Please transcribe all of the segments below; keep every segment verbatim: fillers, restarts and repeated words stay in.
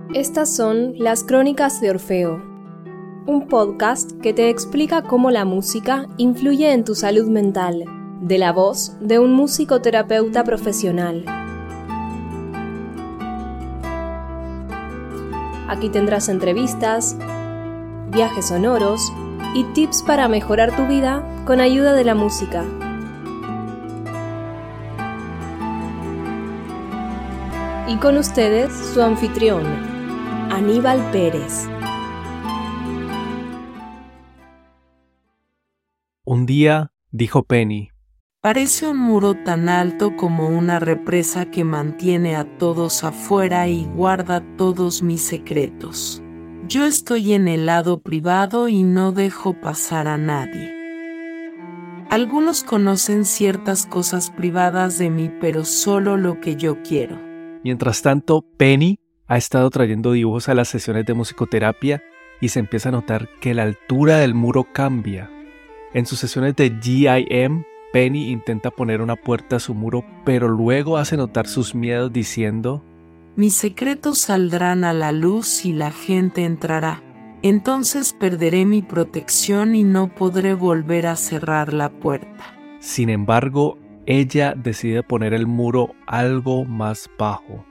Estas son las Crónicas de Orfeo, un podcast que te explica cómo la música influye en tu salud mental, de la voz de un musicoterapeuta profesional. Aquí tendrás entrevistas, viajes sonoros y tips para mejorar tu vida con ayuda de la música. Y con ustedes, su anfitrión, Aníbal Pérez. Un día, dijo Penny, parece un muro tan alto como una represa que mantiene a todos afuera y guarda todos mis secretos. Yo estoy en el lado privado y no dejo pasar a nadie. Algunos conocen ciertas cosas privadas de mí, pero solo lo que yo quiero. Mientras tanto, Penny ha estado trayendo dibujos a las sesiones de musicoterapia y se empieza a notar que la altura del muro cambia. En sus sesiones de G I M, Penny intenta poner una puerta a su muro, pero luego hace notar sus miedos diciendo: mis secretos saldrán a la luz y la gente entrará. Entonces perderé mi protección y no podré volver a cerrar la puerta. Sin embargo, ella decide poner el muro algo más bajo.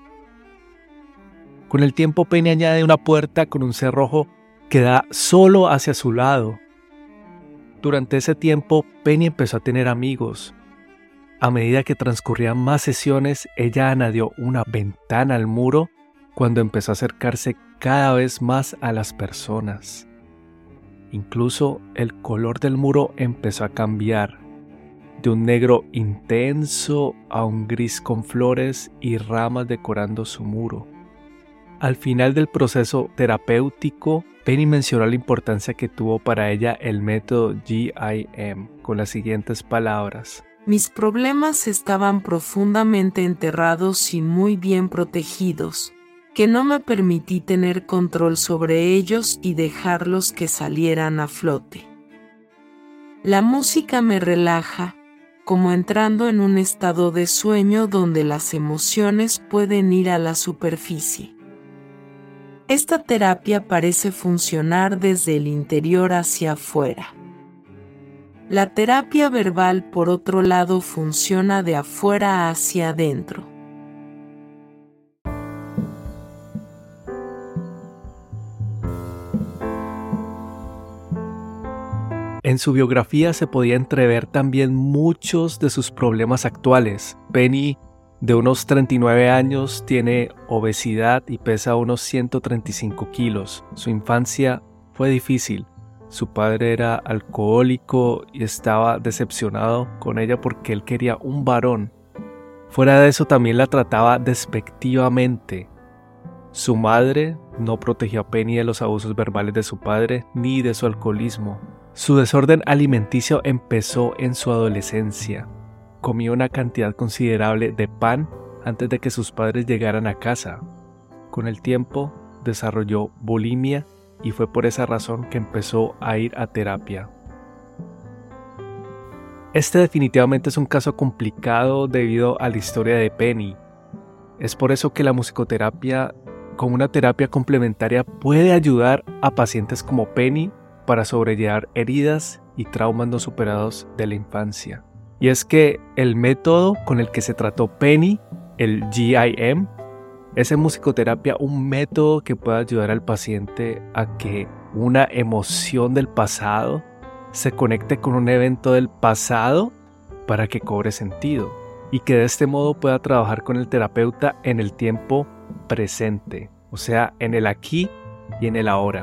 Con el tiempo, Penny añade una puerta con un cerrojo que da solo hacia su lado. Durante ese tiempo, Penny empezó a tener amigos. A medida que transcurrían más sesiones, ella añadió una ventana al muro cuando empezó a acercarse cada vez más a las personas. Incluso el color del muro empezó a cambiar, de un negro intenso a un gris con flores y ramas decorando su muro. Al final del proceso terapéutico, Penny mencionó la importancia que tuvo para ella el método G I M con las siguientes palabras: mis problemas estaban profundamente enterrados y muy bien protegidos, que no me permití tener control sobre ellos y dejarlos que salieran a flote. La música me relaja, como entrando en un estado de sueño donde las emociones pueden ir a la superficie. Esta terapia parece funcionar desde el interior hacia afuera. La terapia verbal, por otro lado, funciona de afuera hacia adentro. En su biografía se podía entrever también muchos de sus problemas actuales. Penny, de unos treinta y nueve años, tiene obesidad y pesa unos ciento treinta y cinco kilos. Su infancia fue difícil. Su padre era alcohólico y estaba decepcionado con ella porque él quería un varón. Fuera de eso, también la trataba despectivamente. Su madre no protegió a Penny de los abusos verbales de su padre ni de su alcoholismo. Su desorden alimenticio empezó en su adolescencia. Comía una cantidad considerable de pan antes de que sus padres llegaran a casa. Con el tiempo, desarrolló bulimia y fue por esa razón que empezó a ir a terapia. Este definitivamente es un caso complicado debido a la historia de Penny. Es por eso que la musicoterapia, como una terapia complementaria, puede ayudar a pacientes como Penny para sobrellevar heridas y traumas no superados de la infancia. Y es que el método con el que se trató Penny, el G I M, es en musicoterapia un método que puede ayudar al paciente a que una emoción del pasado se conecte con un evento del pasado para que cobre sentido y que de este modo pueda trabajar con el terapeuta en el tiempo presente, o sea, en el aquí y en el ahora.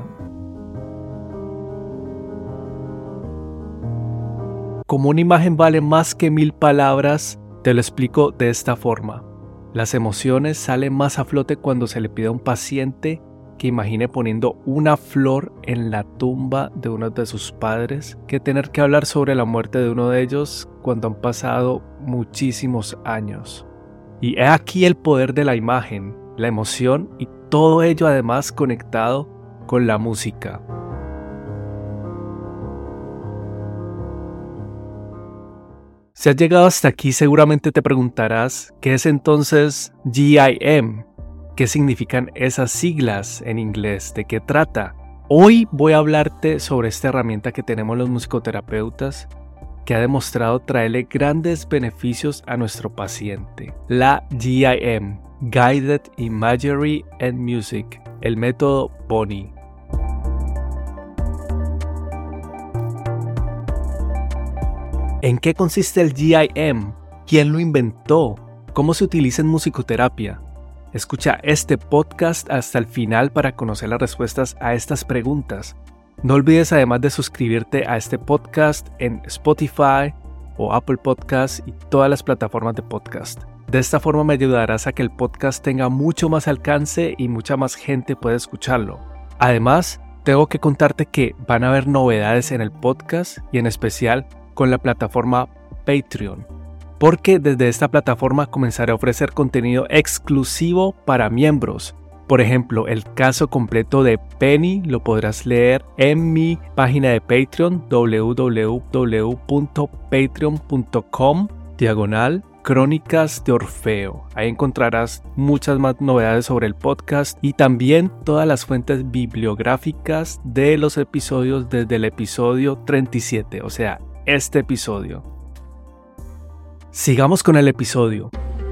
Como una imagen vale más que mil palabras, te lo explico de esta forma. Las emociones salen más a flote cuando se le pide a un paciente que imagine poniendo una flor en la tumba de uno de sus padres que tener que hablar sobre la muerte de uno de ellos cuando han pasado muchísimos años. Y he aquí el poder de la imagen, la emoción y todo ello además conectado con la música. Si has llegado hasta aquí, seguramente te preguntarás, ¿qué es entonces G I M? qué significan esas siglas en inglés, de qué trata. Hoy voy a hablarte sobre esta herramienta que tenemos los musicoterapeutas que ha demostrado traerle grandes beneficios a nuestro paciente. La G I M, Guided Imagery and Music, el método Boni. ¿En qué consiste el G I M? ¿Quién lo inventó? ¿Cómo se utiliza en musicoterapia? Escucha este podcast hasta el final para conocer las respuestas a estas preguntas. No olvides además de suscribirte a este podcast en Spotify o Apple Podcasts y todas las plataformas de podcast. De esta forma me ayudarás a que el podcast tenga mucho más alcance y mucha más gente pueda escucharlo. Además, tengo que contarte que van a haber novedades en el podcast y en especial con la plataforma Patreon, porque desde esta plataforma comenzaré a ofrecer contenido exclusivo para miembros. Por ejemplo, el caso completo de Penny lo podrás leer en mi página de Patreon, w w w punto patreon punto com diagonal Crónicas de Orfeo. Ahí encontrarás muchas más novedades sobre el podcast y también todas las fuentes bibliográficas de los episodios desde el episodio treinta y siete, o sea, este episodio. Sigamos con el episodio.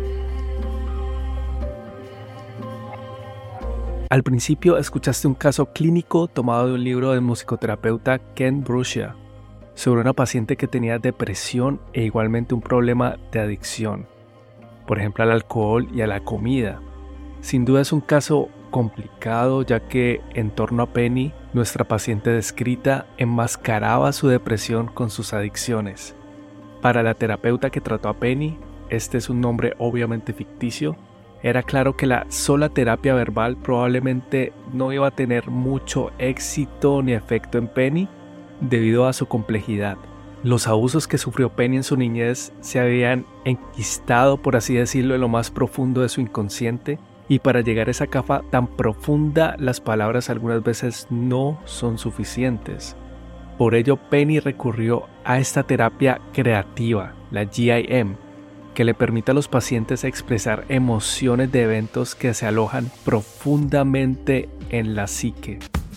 Al principio escuchaste un caso clínico tomado de un libro del musicoterapeuta Ken Brucia sobre una paciente que tenía depresión e igualmente un problema de adicción, por ejemplo al alcohol y a la comida. Sin duda es un caso complicado, ya que en torno a Penny, nuestra paciente descrita enmascaraba su depresión con sus adicciones. Para la terapeuta que trató a Penny, este es un nombre obviamente ficticio, era claro que la sola terapia verbal probablemente no iba a tener mucho éxito ni efecto en Penny debido a su complejidad. Los abusos que sufrió Penny en su niñez se habían enquistado, por así decirlo, en lo más profundo de su inconsciente, y para llegar a esa capa tan profunda las palabras algunas veces no son suficientes. Por ello Penny recurrió a esta terapia creativa, la G I M, que le permite a los pacientes expresar emociones de eventos que se alojan profundamente en la psique.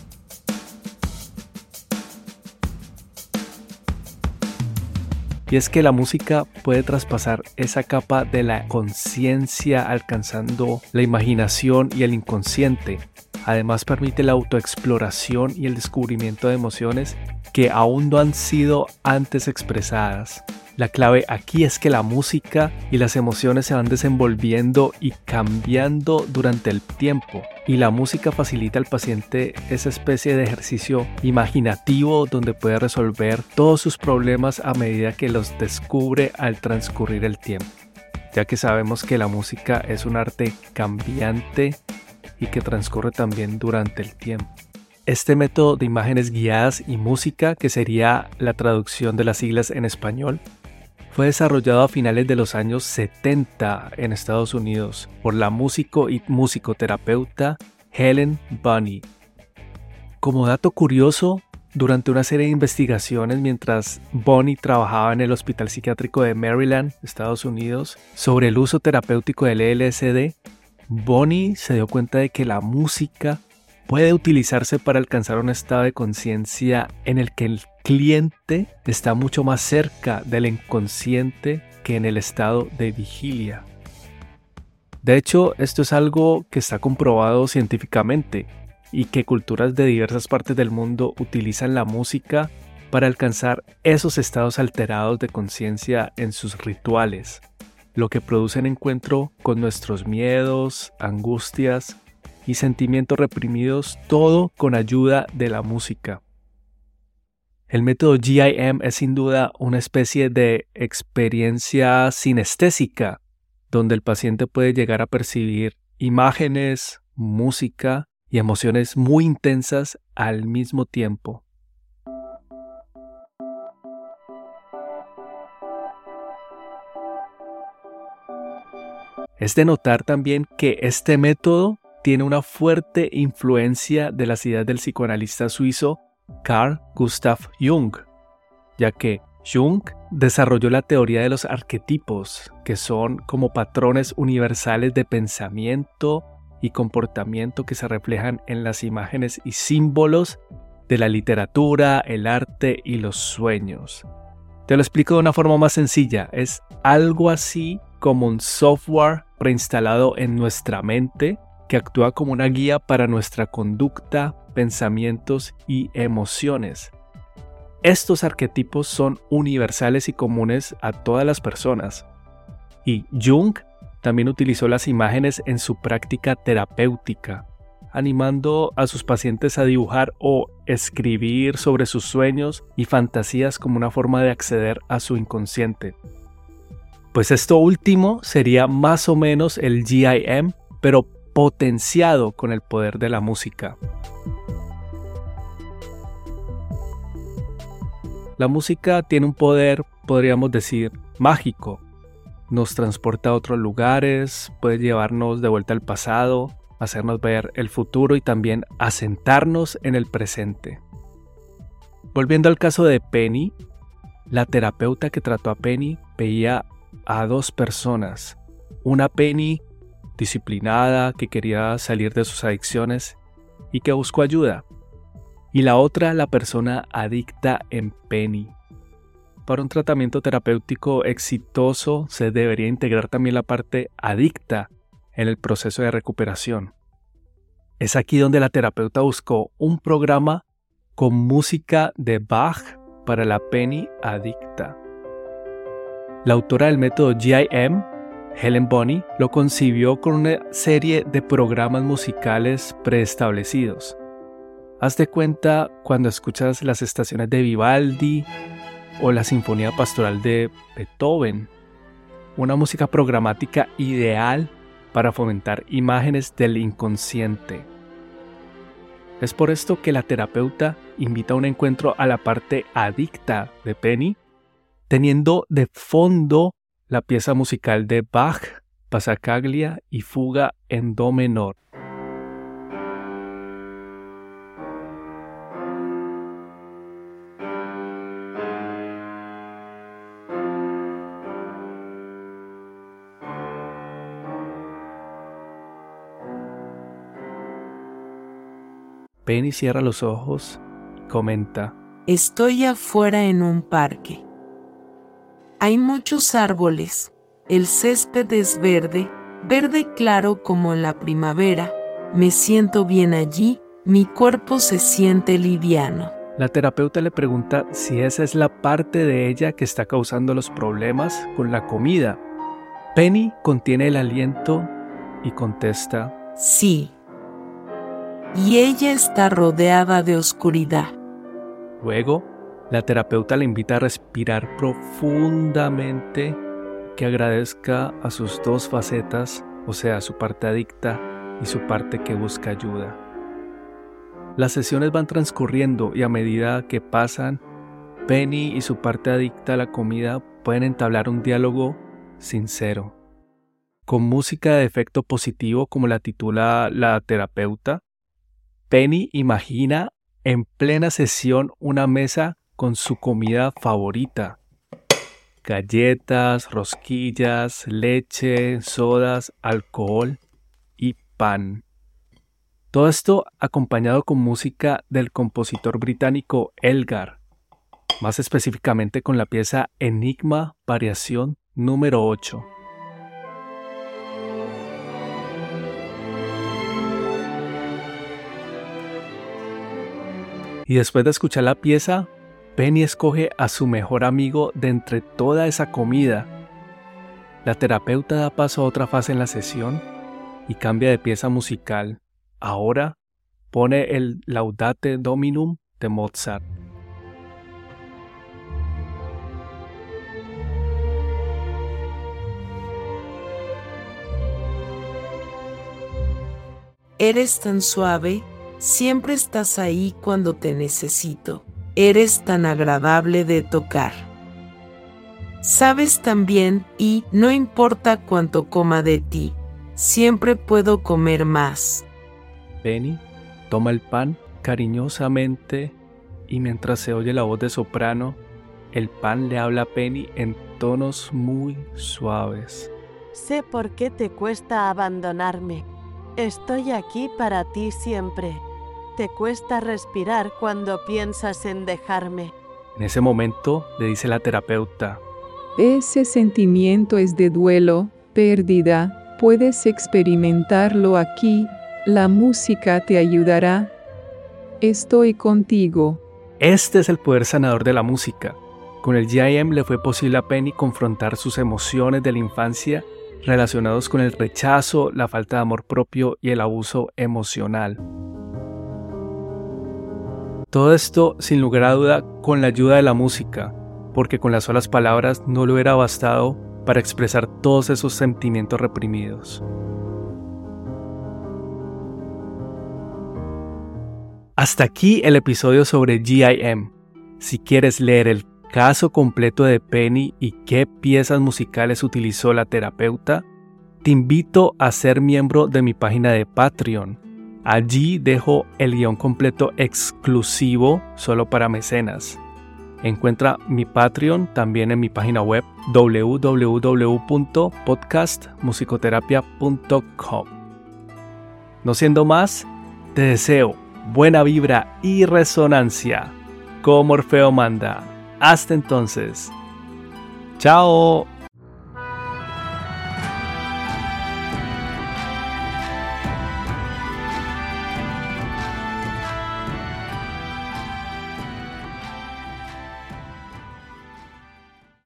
Y es que la música puede traspasar esa capa de la conciencia alcanzando la imaginación y el inconsciente. Además permite la autoexploración y el descubrimiento de emociones que aún no han sido antes expresadas. La clave aquí es que la música y las emociones se van desenvolviendo y cambiando durante el tiempo, y la música facilita al paciente esa especie de ejercicio imaginativo donde puede resolver todos sus problemas a medida que los descubre al transcurrir el tiempo, ya que sabemos que la música es un arte cambiante y que transcurre también durante el tiempo. Este método de imágenes guiadas y música, que sería la traducción de las siglas en español, fue desarrollado a finales de los años setenta en Estados Unidos por la músico y musicoterapeuta Helen Boni. Como dato curioso, durante una serie de investigaciones mientras Boni trabajaba en el Hospital Psiquiátrico de Maryland, Estados Unidos, sobre el uso terapéutico del L S D, Boni se dio cuenta de que la música puede utilizarse para alcanzar un estado de conciencia en el que el cliente está mucho más cerca del inconsciente que en el estado de vigilia. De hecho, esto es algo que está comprobado científicamente y que culturas de diversas partes del mundo utilizan la música para alcanzar esos estados alterados de conciencia en sus rituales, lo que produce un encuentro con nuestros miedos, angustias y sentimientos reprimidos, todo con ayuda de la música. El método G I M es sin duda una especie de experiencia sinestésica, donde el paciente puede llegar a percibir imágenes, música y emociones muy intensas al mismo tiempo. Es de notar también que este método tiene una fuerte influencia de las ideas del psicoanalista suizo Carl Gustav Jung, ya que Jung desarrolló la teoría de los arquetipos, que son como patrones universales de pensamiento y comportamiento que se reflejan en las imágenes y símbolos de la literatura, el arte y los sueños. Te lo explico de una forma más sencilla. Es algo así como un software preinstalado en nuestra mente que actúa como una guía para nuestra conducta, pensamientos y emociones. Estos arquetipos son universales y comunes a todas las personas. Y Jung también utilizó las imágenes en su práctica terapéutica, animando a sus pacientes a dibujar o escribir sobre sus sueños y fantasías como una forma de acceder a su inconsciente. Pues esto último sería más o menos el G I M, pero potenciado con el poder de la música. La música tiene un poder, podríamos decir, mágico. Nos transporta a otros lugares, puede llevarnos de vuelta al pasado, hacernos ver el futuro y también asentarnos en el presente. Volviendo al caso de Penny, la terapeuta que trató a Penny veía a dos personas. Una Penny disciplinada que quería salir de sus adicciones y que buscó ayuda. Y la otra, la persona adicta en Penny. Para un tratamiento terapéutico exitoso se debería integrar también la parte adicta en el proceso de recuperación. Es aquí donde la terapeuta buscó un programa con música de Bach para la Penny adicta. La autora del método G I M, Helen Bonney, lo concibió con una serie de programas musicales preestablecidos. Haz de cuenta cuando escuchas las estaciones de Vivaldi o la Sinfonía Pastoral de Beethoven, una música programática ideal para fomentar imágenes del inconsciente. Es por esto que la terapeuta invita a un encuentro a la parte adicta de Penny, teniendo de fondo la pieza musical de Bach, Passacaglia y Fuga en Do menor. Penny cierra los ojos y comenta: Estoy afuera en un parque. Hay muchos árboles. El césped es verde, verde claro como en la primavera. Me siento bien allí, mi cuerpo se siente liviano. La terapeuta le pregunta si esa es la parte de ella que está causando los problemas con la comida. Penny contiene el aliento y contesta: Sí. Y ella está rodeada de oscuridad. Luego, la terapeuta le invita a respirar profundamente, que agradezca a sus dos facetas, o sea, su parte adicta y su parte que busca ayuda. Las sesiones van transcurriendo y a medida que pasan, Penny y su parte adicta a la comida pueden entablar un diálogo sincero. Con música de efecto positivo, como la titula la terapeuta, Penny imagina en plena sesión una mesa con su comida favorita: galletas, rosquillas, leche, sodas, alcohol y pan. Todo esto acompañado con música del compositor británico Elgar, más específicamente con la pieza Enigma, variación número ocho. Y después de escuchar la pieza, Penny escoge a su mejor amigo de entre toda esa comida. La terapeuta da paso a otra fase en la sesión y cambia de pieza musical. Ahora pone el Laudate Dominum de Mozart. Eres tan suave, siempre estás ahí cuando te necesito. Eres tan agradable de tocar. Sabes tan bien y no importa cuánto coma de ti, siempre puedo comer más. Penny toma el pan cariñosamente y mientras se oye la voz de soprano, el pan le habla a Penny en tonos muy suaves. Sé por qué te cuesta abandonarme. Estoy aquí para ti siempre. Te cuesta respirar cuando piensas en dejarme. En ese momento le dice la terapeuta: ese sentimiento es de duelo, pérdida, puedes experimentarlo aquí, la música te ayudará. Estoy contigo. Este es el poder sanador de la música. Con el G I M le fue posible a Penny confrontar sus emociones de la infancia relacionados con el rechazo, la falta de amor propio y el abuso emocional. Todo esto, sin lugar a duda, con la ayuda de la música, porque con las solas palabras no le hubiera bastado para expresar todos esos sentimientos reprimidos. Hasta aquí el episodio sobre G I M. Si quieres leer el caso completo de Penny y qué piezas musicales utilizó la terapeuta, te invito a ser miembro de mi página de Patreon. Allí dejo el guión completo exclusivo solo para mecenas. Encuentra mi Patreon también en mi página web w w w punto podcast musicoterapia punto com. No siendo más, te deseo buena vibra y resonancia, como Orfeo manda. Hasta entonces. ¡Chao!